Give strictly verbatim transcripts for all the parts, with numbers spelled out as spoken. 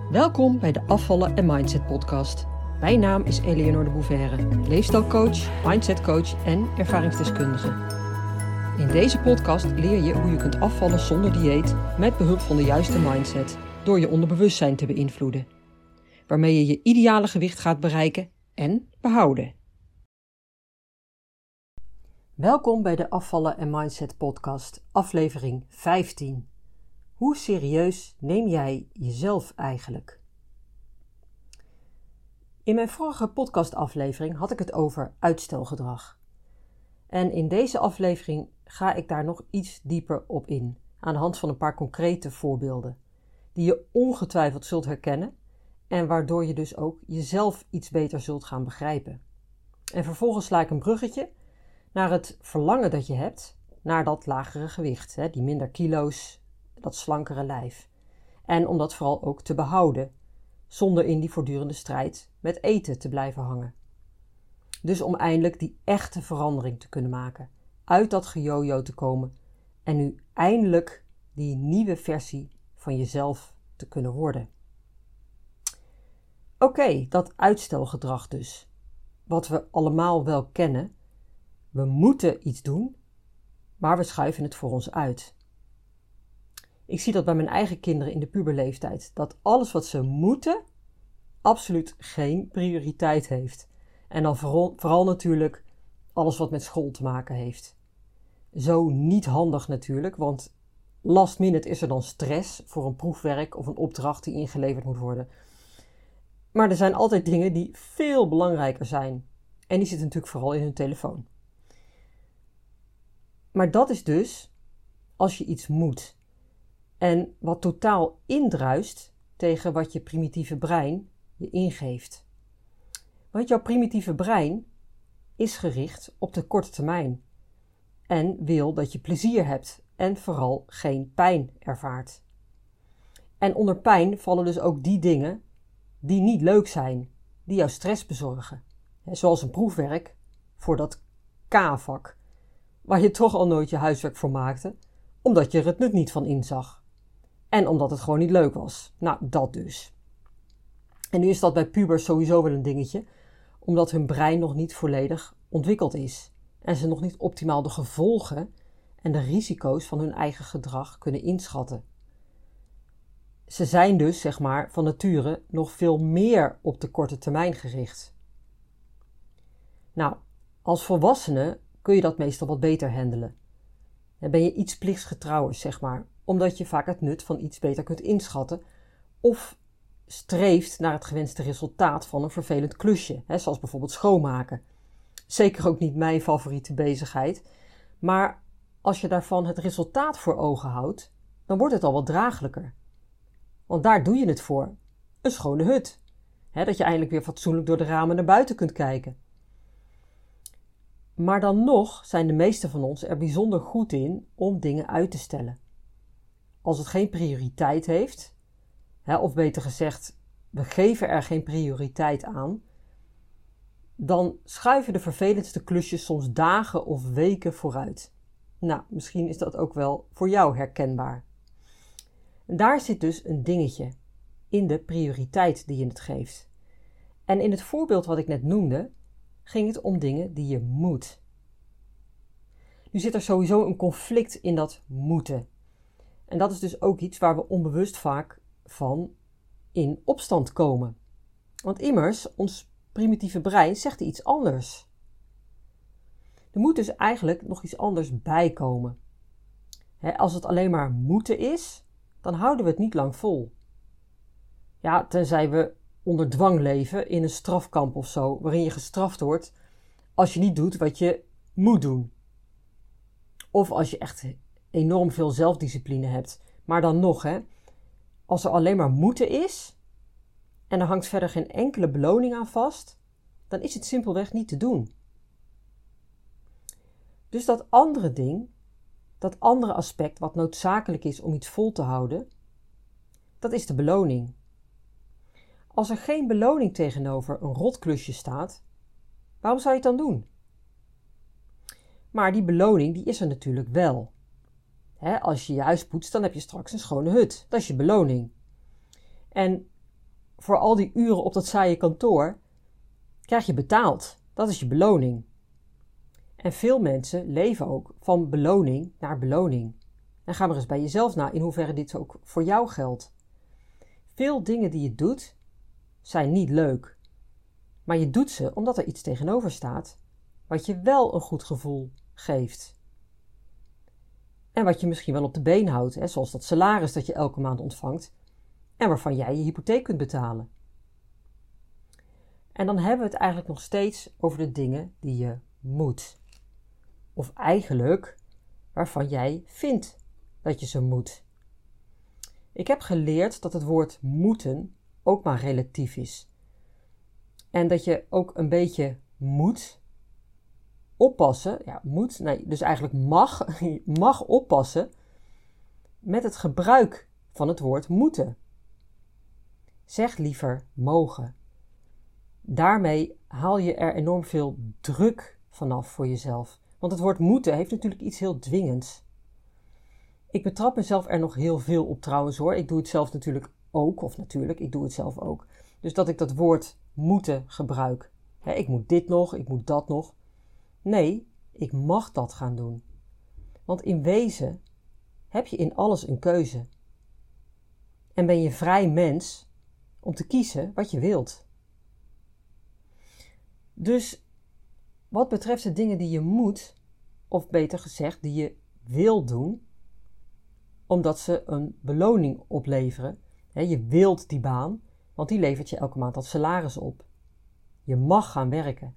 Welkom bij de Afvallen en Mindset podcast. Mijn naam is Eleonore de Bouverre, leefstijlcoach, mindsetcoach en ervaringsdeskundige. In deze podcast leer je hoe je kunt afvallen zonder dieet met behulp van de juiste mindset, door je onderbewustzijn te beïnvloeden, waarmee je je ideale gewicht gaat bereiken en behouden. Welkom bij de Afvallen en Mindset podcast, aflevering vijftien. Hoe serieus neem jij jezelf eigenlijk? In mijn vorige podcastaflevering had ik het over uitstelgedrag. En in deze aflevering ga ik daar nog iets dieper op in, aan de hand van een paar concrete voorbeelden, die je ongetwijfeld zult herkennen en waardoor je dus ook jezelf iets beter zult gaan begrijpen. En vervolgens sla ik een bruggetje naar het verlangen dat je hebt naar dat lagere gewicht, hè, die minder kilo's, dat slankere lijf. En om dat vooral ook te behouden, zonder in die voortdurende strijd met eten te blijven hangen. Dus om eindelijk die echte verandering te kunnen maken, uit dat gejojo te komen en nu eindelijk die nieuwe versie van jezelf te kunnen worden. Oké, okay, dat uitstelgedrag dus, wat we allemaal wel kennen. We moeten iets doen, maar we schuiven het voor ons uit. Ik zie dat bij mijn eigen kinderen in de puberleeftijd, dat alles wat ze moeten, absoluut geen prioriteit heeft. En dan vooral, vooral natuurlijk alles wat met school te maken heeft. Zo niet handig natuurlijk, want last minute is er dan stress voor een proefwerk of een opdracht die ingeleverd moet worden. Maar er zijn altijd dingen die veel belangrijker zijn. En die zitten natuurlijk vooral in hun telefoon. Maar dat is dus als je iets moet. En wat totaal indruist tegen wat je primitieve brein je ingeeft. Want jouw primitieve brein is gericht op de korte termijn. En wil dat je plezier hebt en vooral geen pijn ervaart. En onder pijn vallen dus ook die dingen die niet leuk zijn, die jou stress bezorgen. Zoals een proefwerk voor dat K-vak, waar je toch al nooit je huiswerk voor maakte, omdat je er het nut niet van inzag. En omdat het gewoon niet leuk was. Nou, dat dus. En nu is dat bij pubers sowieso wel een dingetje, omdat hun brein nog niet volledig ontwikkeld is. En ze nog niet optimaal de gevolgen en de risico's van hun eigen gedrag kunnen inschatten. Ze zijn dus, zeg maar, van nature nog veel meer op de korte termijn gericht. Nou, als volwassene kun je dat meestal wat beter handelen. Dan ben je iets plichtsgetrouwer, zeg maar, omdat je vaak het nut van iets beter kunt inschatten of streeft naar het gewenste resultaat van een vervelend klusje, hè, zoals bijvoorbeeld schoonmaken. Zeker ook niet mijn favoriete bezigheid, maar als je daarvan het resultaat voor ogen houdt, dan wordt het al wat draaglijker. Want daar doe je het voor, een schone hut, hè, dat je eindelijk weer fatsoenlijk door de ramen naar buiten kunt kijken. Maar dan nog zijn de meeste van ons er bijzonder goed in om dingen uit te stellen. Als het geen prioriteit heeft, hè, of beter gezegd, we geven er geen prioriteit aan, dan schuiven de vervelendste klusjes soms dagen of weken vooruit. Nou, misschien is dat ook wel voor jou herkenbaar. En daar zit dus een dingetje in de prioriteit die je het geeft. En in het voorbeeld wat ik net noemde, ging het om dingen die je moet. Nu zit er sowieso een conflict in dat moeten. En dat is dus ook iets waar we onbewust vaak van in opstand komen. Want immers, ons primitieve brein zegt iets anders. Er moet dus eigenlijk nog iets anders bij komen. He, als het alleen maar moeten is, dan houden we het niet lang vol. Ja, tenzij we onder dwang leven in een strafkamp of zo, waarin je gestraft wordt als je niet doet wat je moet doen. Of als je echt enorm veel zelfdiscipline hebt. Maar dan nog, hè, als er alleen maar moeten is en er hangt verder geen enkele beloning aan vast, dan is het simpelweg niet te doen. Dus dat andere ding, dat andere aspect wat noodzakelijk is om iets vol te houden, dat is de beloning. Als er geen beloning tegenover een rotklusje staat, waarom zou je het dan doen? Maar die beloning die is er natuurlijk wel. He, als je je huis poetst, dan heb je straks een schone hut. Dat is je beloning. En voor al die uren op dat saaie kantoor krijg je betaald. Dat is je beloning. En veel mensen leven ook van beloning naar beloning. En ga maar eens bij jezelf na in hoeverre dit ook voor jou geldt. Veel dingen die je doet zijn niet leuk. Maar je doet ze omdat er iets tegenover staat wat je wel een goed gevoel geeft. En wat je misschien wel op de been houdt, hè, zoals dat salaris dat je elke maand ontvangt en waarvan jij je hypotheek kunt betalen. En dan hebben we het eigenlijk nog steeds over de dingen die je moet. Of eigenlijk waarvan jij vindt dat je ze moet. Ik heb geleerd dat het woord moeten ook maar relatief is. En dat je ook een beetje moet oppassen, ja, moet, nee, dus eigenlijk mag, mag oppassen met het gebruik van het woord moeten. Zeg liever mogen. Daarmee haal je er enorm veel druk vanaf voor jezelf. Want het woord moeten heeft natuurlijk iets heel dwingends. Ik betrap mezelf er nog heel veel op trouwens hoor. Ik doe het zelf natuurlijk ook, of natuurlijk, ik doe het zelf ook. Dus dat ik dat woord moeten gebruik. He, ik moet dit nog, ik moet dat nog. Nee, ik mag dat gaan doen. Want in wezen heb je in alles een keuze. En ben je vrij mens om te kiezen wat je wilt. Dus wat betreft de dingen die je moet, of beter gezegd die je wil doen, omdat ze een beloning opleveren. He, je wilt die baan, want die levert je elke maand dat salaris op. Je mag gaan werken.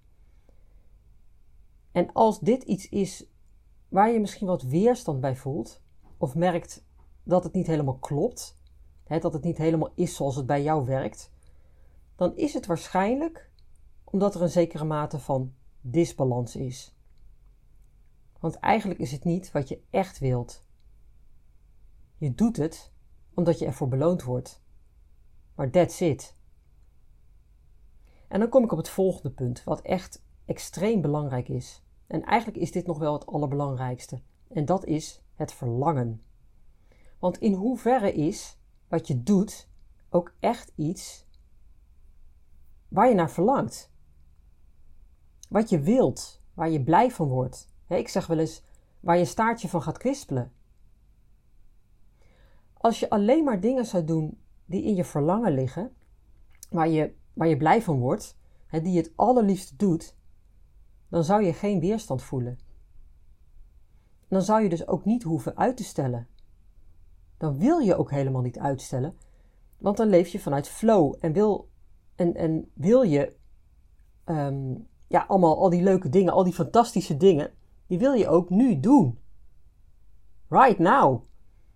En als dit iets is waar je misschien wat weerstand bij voelt, of merkt dat het niet helemaal klopt, hè, dat het niet helemaal is zoals het bij jou werkt, dan is het waarschijnlijk omdat er een zekere mate van disbalans is. Want eigenlijk is het niet wat je echt wilt. Je doet het omdat je ervoor beloond wordt. Maar that's it. En dan kom ik op het volgende punt, wat echt extreem belangrijk is. En eigenlijk is dit nog wel het allerbelangrijkste. En dat is het verlangen. Want in hoeverre is wat je doet ook echt iets waar je naar verlangt? Wat je wilt, waar je blij van wordt. Ik zeg wel eens, waar je staartje van gaat kwispelen. Als je alleen maar dingen zou doen die in je verlangen liggen, waar je, waar je blij van wordt, die je het allerliefst doet, dan zou je geen weerstand voelen. Dan zou je dus ook niet hoeven uit te stellen. Dan wil je ook helemaal niet uitstellen, want dan leef je vanuit flow en wil, en, en wil je um, ja, allemaal al die leuke dingen, al die fantastische dingen, die wil je ook nu doen. Right now.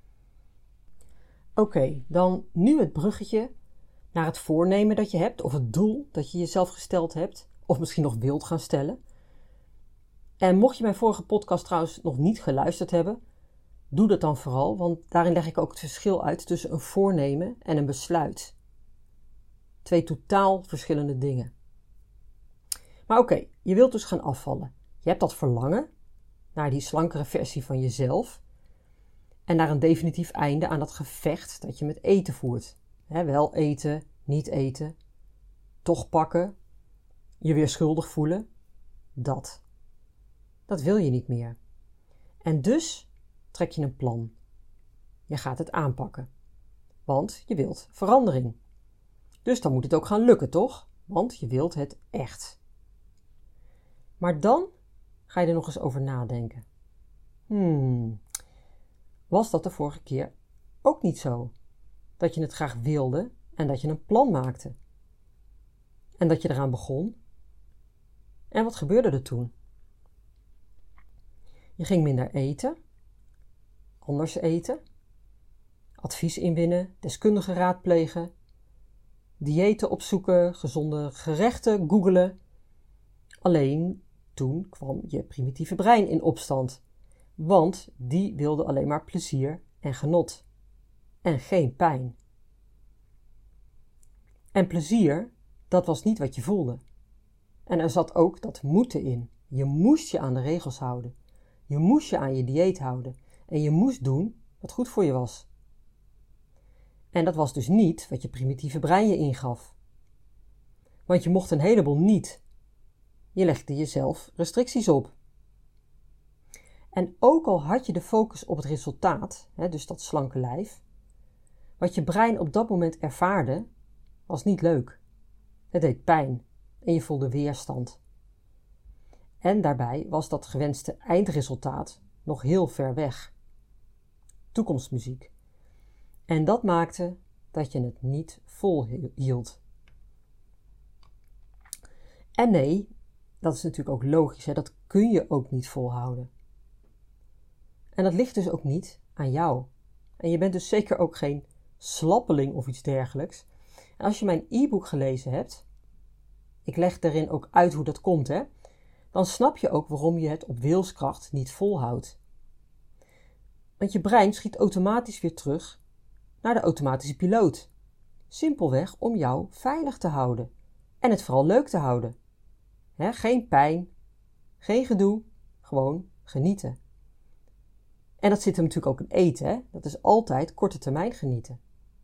Oké, okay, dan nu het bruggetje naar het voornemen dat je hebt, of het doel dat je jezelf gesteld hebt, of misschien nog wilt gaan stellen. En mocht je mijn vorige podcast trouwens nog niet geluisterd hebben, doe dat dan vooral, want daarin leg ik ook het verschil uit tussen een voornemen en een besluit. Twee totaal verschillende dingen. Maar oké, okay, je wilt dus gaan afvallen. Je hebt dat verlangen naar die slankere versie van jezelf en naar een definitief einde aan dat gevecht dat je met eten voert. He, wel eten, niet eten, toch pakken, je weer schuldig voelen, dat. Dat wil je niet meer. En dus trek je een plan. Je gaat het aanpakken. Want je wilt verandering. Dus dan moet het ook gaan lukken, toch? Want je wilt het echt. Maar dan ga je er nog eens over nadenken. Hmm, was dat de vorige keer ook niet zo? Dat je het graag wilde en dat je een plan maakte. En dat je eraan begon. En wat gebeurde er toen? Je ging minder eten, anders eten, advies inwinnen, deskundigen raadplegen, diëten opzoeken, gezonde gerechten googelen. Alleen toen kwam je primitieve brein in opstand, want die wilde alleen maar plezier en genot en geen pijn. En plezier, dat was niet wat je voelde. En er zat ook dat moeten in. Je moest je aan de regels houden. Je moest je aan je dieet houden. En je moest doen wat goed voor je was. En dat was dus niet wat je primitieve brein je ingaf. Want je mocht een heleboel niet. Je legde jezelf restricties op. En ook al had je de focus op het resultaat, hè, dus dat slanke lijf, wat je brein op dat moment ervaarde, was niet leuk. Het deed pijn en je voelde weerstand. En daarbij was dat gewenste eindresultaat nog heel ver weg. Toekomstmuziek. En dat maakte dat je het niet volhield. En nee, dat is natuurlijk ook logisch, hè? Dat kun je ook niet volhouden. En dat ligt dus ook niet aan jou. En je bent dus zeker ook geen slappeling of iets dergelijks. En als je mijn e-book gelezen hebt, ik leg daarin ook uit hoe dat komt, hè, dan snap je ook waarom je het op wilskracht niet volhoudt. Want je brein schiet automatisch weer terug naar de automatische piloot. Simpelweg om jou veilig te houden. En het vooral leuk te houden. He, geen pijn, geen gedoe, gewoon genieten. En dat zit hem natuurlijk ook in eten. Hè? Dat is altijd korte termijn genieten.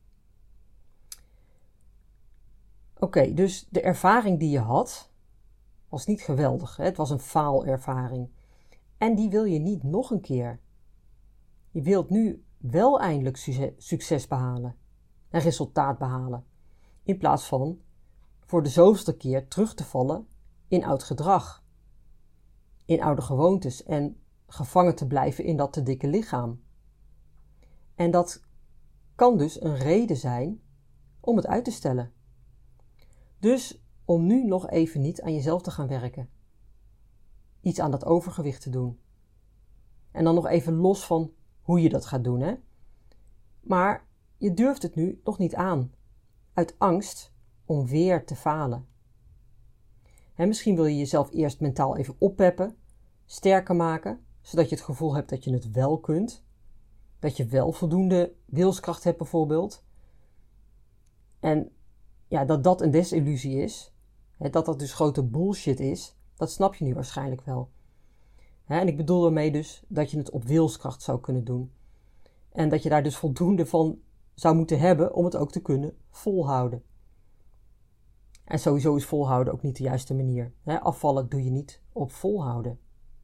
Oké, okay, dus de ervaring die je had, was niet geweldig. Hè? Het was een faalervaring. En die wil je niet nog een keer. Je wilt nu wel eindelijk succes behalen. En resultaat behalen. In plaats van voor de zoveelste keer terug te vallen in oud gedrag. In oude gewoontes en gevangen te blijven in dat te dikke lichaam. En dat kan dus een reden zijn om het uit te stellen. Dus om nu nog even niet aan jezelf te gaan werken. Iets aan dat overgewicht te doen. En dan nog even los van hoe je dat gaat doen, hè. Maar je durft het nu nog niet aan. Uit angst om weer te falen. En misschien wil je jezelf eerst mentaal even oppeppen, sterker maken, zodat je het gevoel hebt dat je het wel kunt. Dat je wel voldoende wilskracht hebt bijvoorbeeld. En ja, dat dat een desillusie is, hè, dat dat dus grote bullshit is, dat snap je nu waarschijnlijk wel. Hè, en ik bedoel ermee dus dat je het op wilskracht zou kunnen doen. En dat je daar dus voldoende van zou moeten hebben om het ook te kunnen volhouden. En sowieso is volhouden ook niet de juiste manier. Hè, afvallen doe je niet op volhouden.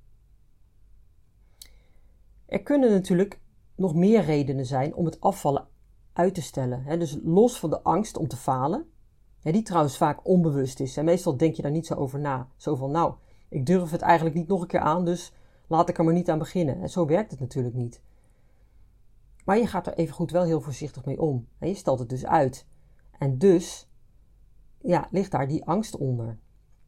Er kunnen natuurlijk nog meer redenen zijn om het afvallen uit te stellen. Hè, dus los van de angst om te falen, hè, die trouwens vaak onbewust is. En meestal denk je daar niet zo over na. Zo van, nou, ik durf het eigenlijk niet nog een keer aan, dus laat ik er maar niet aan beginnen. En zo werkt het natuurlijk niet. Maar je gaat er evengoed wel heel voorzichtig mee om. En je stelt het dus uit. En dus ja, ligt daar die angst onder.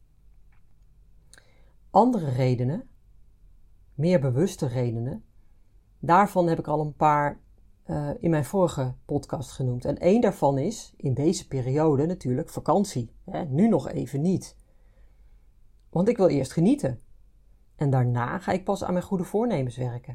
Andere redenen, meer bewuste redenen, daarvan heb ik al een paar uh, in mijn vorige podcast genoemd. En één daarvan is, in deze periode natuurlijk, vakantie. Hè, nu nog even niet. Want ik wil eerst genieten. En daarna ga ik pas aan mijn goede voornemens werken.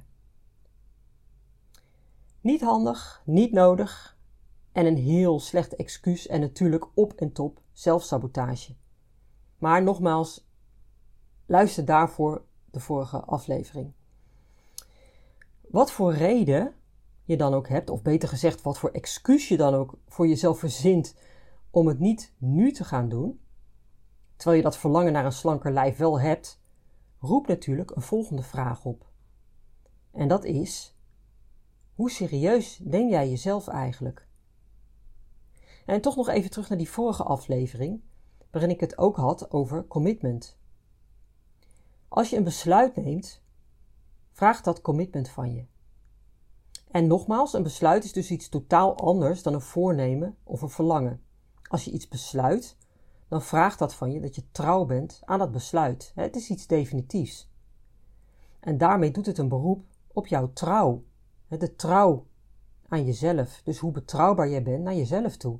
Niet handig, niet nodig en een heel slecht excuus en natuurlijk op en top zelfsabotage. Maar nogmaals, luister daarvoor de vorige aflevering. Wat voor reden je dan ook hebt, of beter gezegd wat voor excuus je dan ook voor jezelf verzint om het niet nu te gaan doen, terwijl je dat verlangen naar een slanker lijf wel hebt, roept natuurlijk een volgende vraag op. En dat is: hoe serieus neem jij jezelf eigenlijk? En toch nog even terug naar die vorige aflevering, waarin ik het ook had over commitment. Als je een besluit neemt, vraagt dat commitment van je. En nogmaals, een besluit is dus iets totaal anders dan een voornemen of een verlangen. Als je iets besluit, dan vraagt dat van je dat je trouw bent aan dat besluit. Het is iets definitiefs. En daarmee doet het een beroep op jouw trouw. De trouw aan jezelf. Dus hoe betrouwbaar jij bent naar jezelf toe.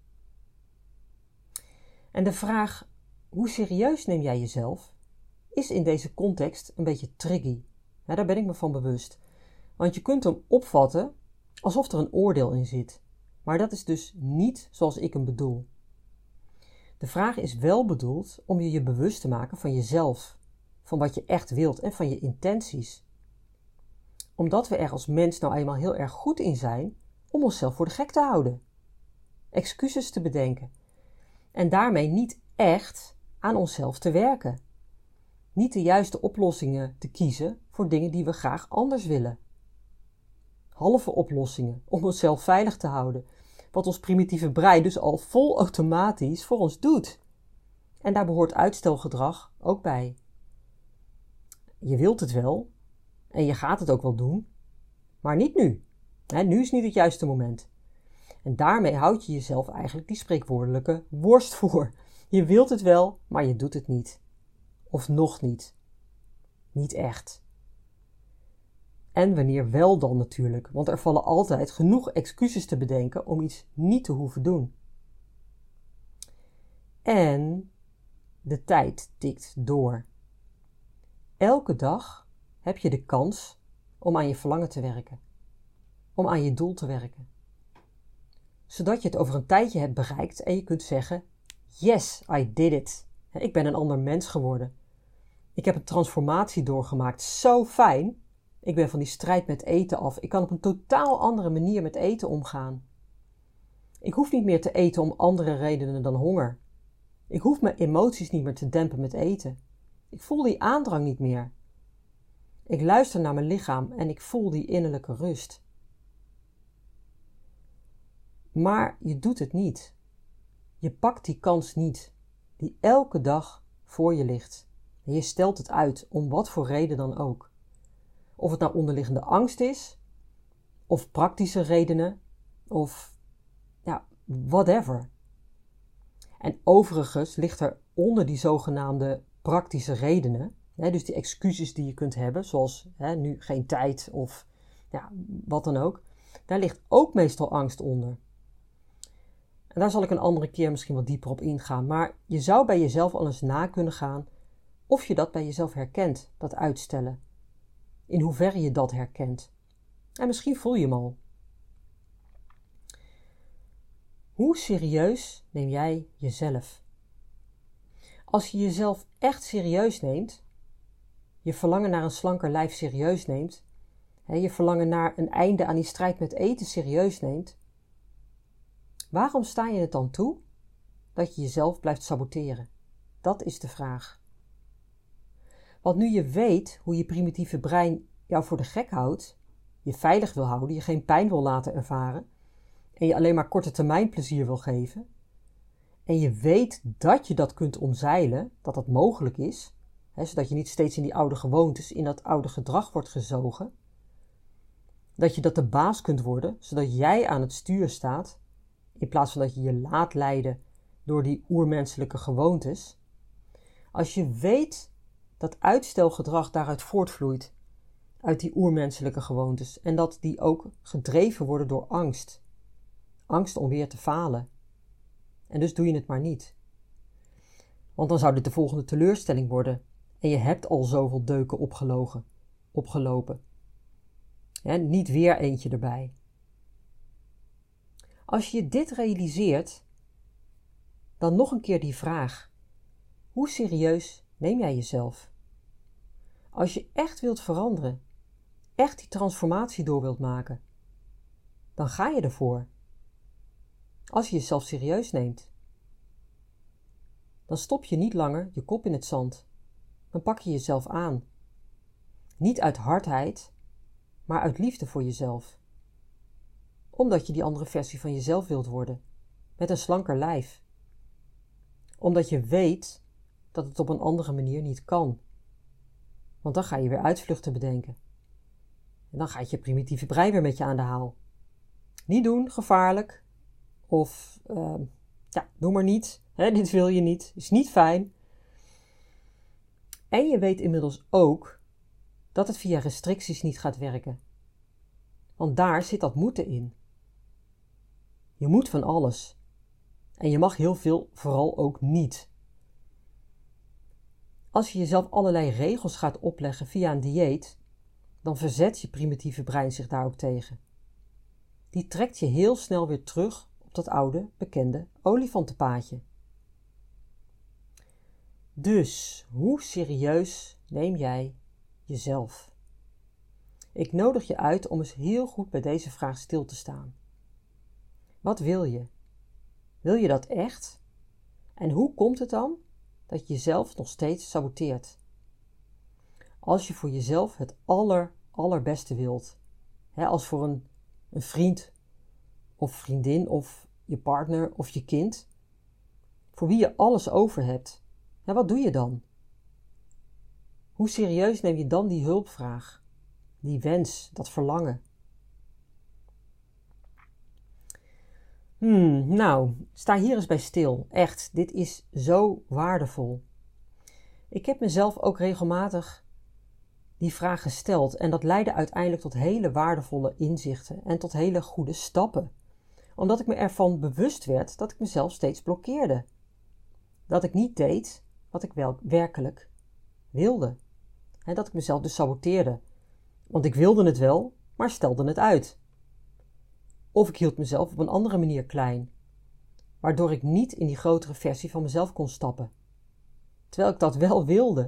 En de vraag, hoe serieus neem jij jezelf, is in deze context een beetje tricky. Ja, daar ben ik me van bewust. Want je kunt hem opvatten alsof er een oordeel in zit. Maar dat is dus niet zoals ik hem bedoel. De vraag is wel bedoeld om je je bewust te maken van jezelf. Van wat je echt wilt en van je intenties. Omdat we er als mens nou eenmaal heel erg goed in zijn om onszelf voor de gek te houden. excuses te bedenken en daarmee niet echt aan onszelf te werken. Niet de juiste oplossingen te kiezen voor dingen die we graag anders willen. Halve oplossingen om onszelf veilig te houden, wat ons primitieve brein dus al vol automatisch voor ons doet. En daar behoort uitstelgedrag ook bij. Je wilt het wel en je gaat het ook wel doen, maar niet nu. He, nu is niet het juiste moment. En daarmee houd je jezelf eigenlijk die spreekwoordelijke worst voor. Je wilt het wel, maar je doet het niet. Of nog niet. Niet echt. En wanneer wel dan natuurlijk, want er vallen altijd genoeg excuses te bedenken om iets niet te hoeven doen. En de tijd tikt door. Elke dag heb je de kans om aan je verlangen te werken. Om aan je doel te werken. Zodat je het over een tijdje hebt bereikt en je kunt zeggen, yes, I did it. Ik ben een ander mens geworden. Ik heb een transformatie doorgemaakt. Zo fijn. Ik ben van die strijd met eten af. Ik kan op een totaal andere manier met eten omgaan. Ik hoef niet meer te eten om andere redenen dan honger. Ik hoef mijn emoties niet meer te dempen met eten. Ik voel die aandrang niet meer. Ik luister naar mijn lichaam en ik voel die innerlijke rust. Maar je doet het niet. Je pakt die kans niet, die elke dag voor je ligt. En je stelt het uit, om wat voor reden dan ook. Of het nou onderliggende angst is, of praktische redenen, of ja, whatever. En overigens ligt er onder die zogenaamde praktische redenen, hè, dus die excuses die je kunt hebben, zoals hè, nu geen tijd of ja, wat dan ook, daar ligt ook meestal angst onder. En daar zal ik een andere keer misschien wat dieper op ingaan, maar je zou bij jezelf al eens na kunnen gaan of je dat bij jezelf herkent, dat uitstellen. In hoeverre je dat herkent. En misschien voel je hem al. Hoe serieus neem jij jezelf? Als je jezelf echt serieus neemt, je verlangen naar een slanker lijf serieus neemt, je verlangen naar een einde aan die strijd met eten serieus neemt, waarom sta je het dan toe dat je jezelf blijft saboteren? Dat is de vraag. Want nu je weet hoe je primitieve brein jou voor de gek houdt, je veilig wil houden, je geen pijn wil laten ervaren en je alleen maar korte termijn plezier wil geven, en je weet dat je dat kunt omzeilen, dat dat mogelijk is, hè, zodat je niet steeds in die oude gewoontes, in dat oude gedrag wordt gezogen, dat je dat de baas kunt worden, zodat jij aan het stuur staat, in plaats van dat je je laat leiden door die oermenselijke gewoontes. Als je weet dat uitstelgedrag daaruit voortvloeit, uit die oermenselijke gewoontes, en dat die ook gedreven worden door angst. Angst om weer te falen. En dus doe je het maar niet. Want dan zou dit de volgende teleurstelling worden. En je hebt al zoveel deuken opgelogen, opgelopen. Ja, niet weer eentje erbij. Als je dit realiseert, dan nog een keer die vraag. Hoe serieus neem jij jezelf? Als je echt wilt veranderen, echt die transformatie door wilt maken, dan ga je ervoor. Als je jezelf serieus neemt. Dan stop je niet langer je kop in het zand. Dan pak je jezelf aan. Niet uit hardheid, maar uit liefde voor jezelf. Omdat je die andere versie van jezelf wilt worden. Met een slanker lijf. Omdat je weet dat het op een andere manier niet kan. Want dan ga je weer uitvluchten bedenken. En dan gaat je primitieve brein weer met je aan de haal. Niet doen, gevaarlijk. Of, uh, ja, doe maar niet. Hè, dit wil je niet. Is niet fijn. En je weet inmiddels ook dat het via restricties niet gaat werken. Want daar zit dat moeten in. Je moet van alles. En je mag heel veel vooral ook niet. Als je jezelf allerlei regels gaat opleggen via een dieet, dan verzet je primitieve brein zich daar ook tegen. Die trekt je heel snel weer terug op dat oude, bekende olifantenpaadje. Dus, hoe serieus neem jij jezelf? Ik nodig je uit om eens heel goed bij deze vraag stil te staan. Wat wil je? Wil je dat echt? En hoe komt het dan dat je jezelf nog steeds saboteert? Als je voor jezelf het aller, allerbeste wilt, hè, als voor een, een vriend of vriendin of je partner of je kind, voor wie je alles over hebt, hè, wat doe je dan? Hoe serieus neem je dan die hulpvraag, die wens, dat verlangen? Hmm, nou, sta hier eens bij stil. Echt, dit is zo waardevol. Ik heb mezelf ook regelmatig die vraag gesteld en dat leidde uiteindelijk tot hele waardevolle inzichten en tot hele goede stappen. Omdat ik me ervan bewust werd dat ik mezelf steeds blokkeerde. Dat ik niet deed wat ik wel werkelijk wilde. En dat ik mezelf dus saboteerde. Want ik wilde het wel, maar stelde het uit. Of ik hield mezelf op een andere manier klein, waardoor ik niet in die grotere versie van mezelf kon stappen. Terwijl ik dat wel wilde.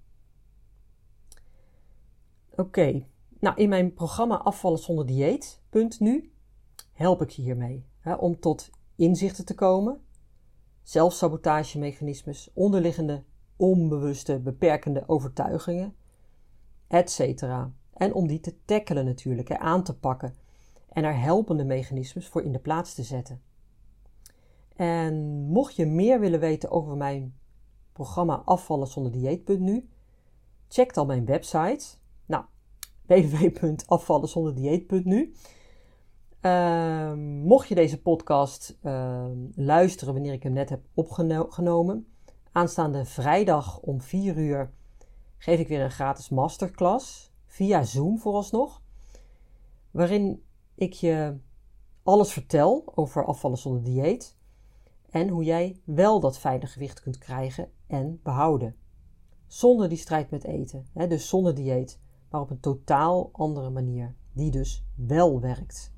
Oké, okay. Nou in mijn programma Afvallen zonder dieet, punt nu, help ik je hiermee. Hè, om tot inzichten te komen, zelfsabotagemechanismes, onderliggende, onbewuste, beperkende overtuigingen, et cetera. En om die te tackelen natuurlijk, hè, aan te pakken en er helpende mechanismes voor in de plaats te zetten. En mocht je meer willen weten over mijn programma Afvallen zonder dieet, punt nu, check dan mijn website. Nou, w w w punt afvallen zonder dieet punt nu. Uh, mocht je deze podcast uh, luisteren wanneer ik hem net heb opgenomen, aanstaande vrijdag om vier uur geef ik weer een gratis masterclass via Zoom vooralsnog, waarin ik je alles vertel over afvallen zonder dieet en hoe jij wel dat fijne gewicht kunt krijgen en behouden. Zonder die strijd met eten, hè, dus zonder dieet, maar op een totaal andere manier, die dus wel werkt.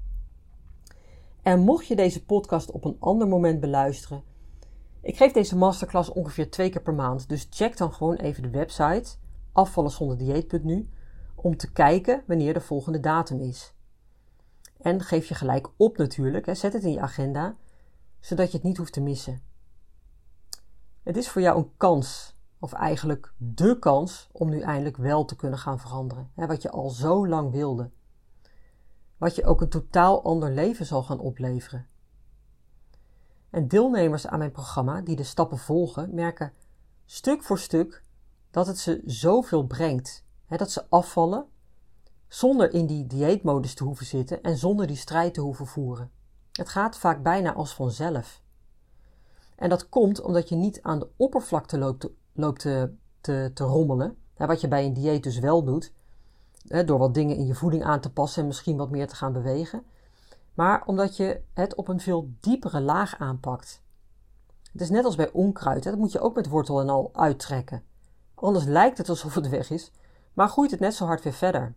En mocht je deze podcast op een ander moment beluisteren, ik geef deze masterclass ongeveer twee keer per maand, dus check dan gewoon even de website afvallen zonder dieet punt nu om te kijken wanneer de volgende datum is. En geef je gelijk op natuurlijk, hè, zet het in je agenda, zodat je het niet hoeft te missen. Het is voor jou een kans, of eigenlijk dé kans, om nu eindelijk wel te kunnen gaan veranderen. Hè, wat je al zo lang wilde. Wat je ook een totaal ander leven zal gaan opleveren. En deelnemers aan mijn programma die de stappen volgen, merken stuk voor stuk dat het ze zoveel brengt. Hè, dat ze afvallen zonder in die dieetmodus te hoeven zitten en zonder die strijd te hoeven voeren. Het gaat vaak bijna als vanzelf. En dat komt omdat je niet aan de oppervlakte loopt te, loopt te, te, te rommelen. Hè, wat je bij een dieet dus wel doet. Hè, door wat dingen in je voeding aan te passen en misschien wat meer te gaan bewegen. Maar omdat je het op een veel diepere laag aanpakt. Het is net als bij onkruid. Hè, dat moet je ook met wortel en al uittrekken. Anders lijkt het alsof het weg is, maar groeit het net zo hard weer verder.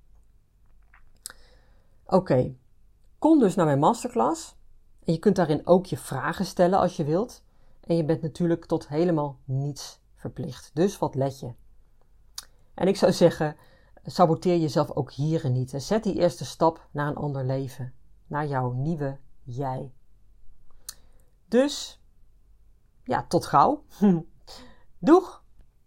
Oké, okay. Kom dus naar mijn masterclass. En je kunt daarin ook je vragen stellen als je wilt. En je bent natuurlijk tot helemaal niets verplicht. Dus wat let je? En ik zou zeggen, saboteer jezelf ook hierin niet. En zet die eerste stap naar een ander leven. Naar jouw nieuwe jij. Dus, ja, tot gauw. Doeg!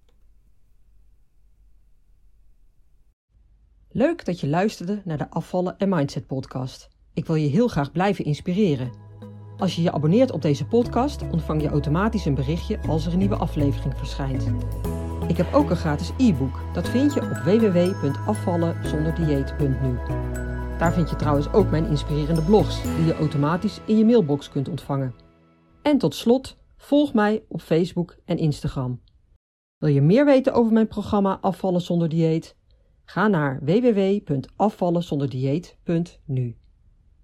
Leuk dat je luisterde naar de Afvallen en Mindset podcast. Ik wil je heel graag blijven inspireren. Als je je abonneert op deze podcast, ontvang je automatisch een berichtje als er een nieuwe aflevering verschijnt. Ik heb ook een gratis e-book. Dat vind je op w w w punt afvallen zonder dieet punt nu. Daar vind je trouwens ook mijn inspirerende blogs, die je automatisch in je mailbox kunt ontvangen. En tot slot, volg mij op Facebook en Instagram. Wil je meer weten over mijn programma Afvallen zonder dieet? Ga naar w w w punt afvallen zonder dieet punt nu.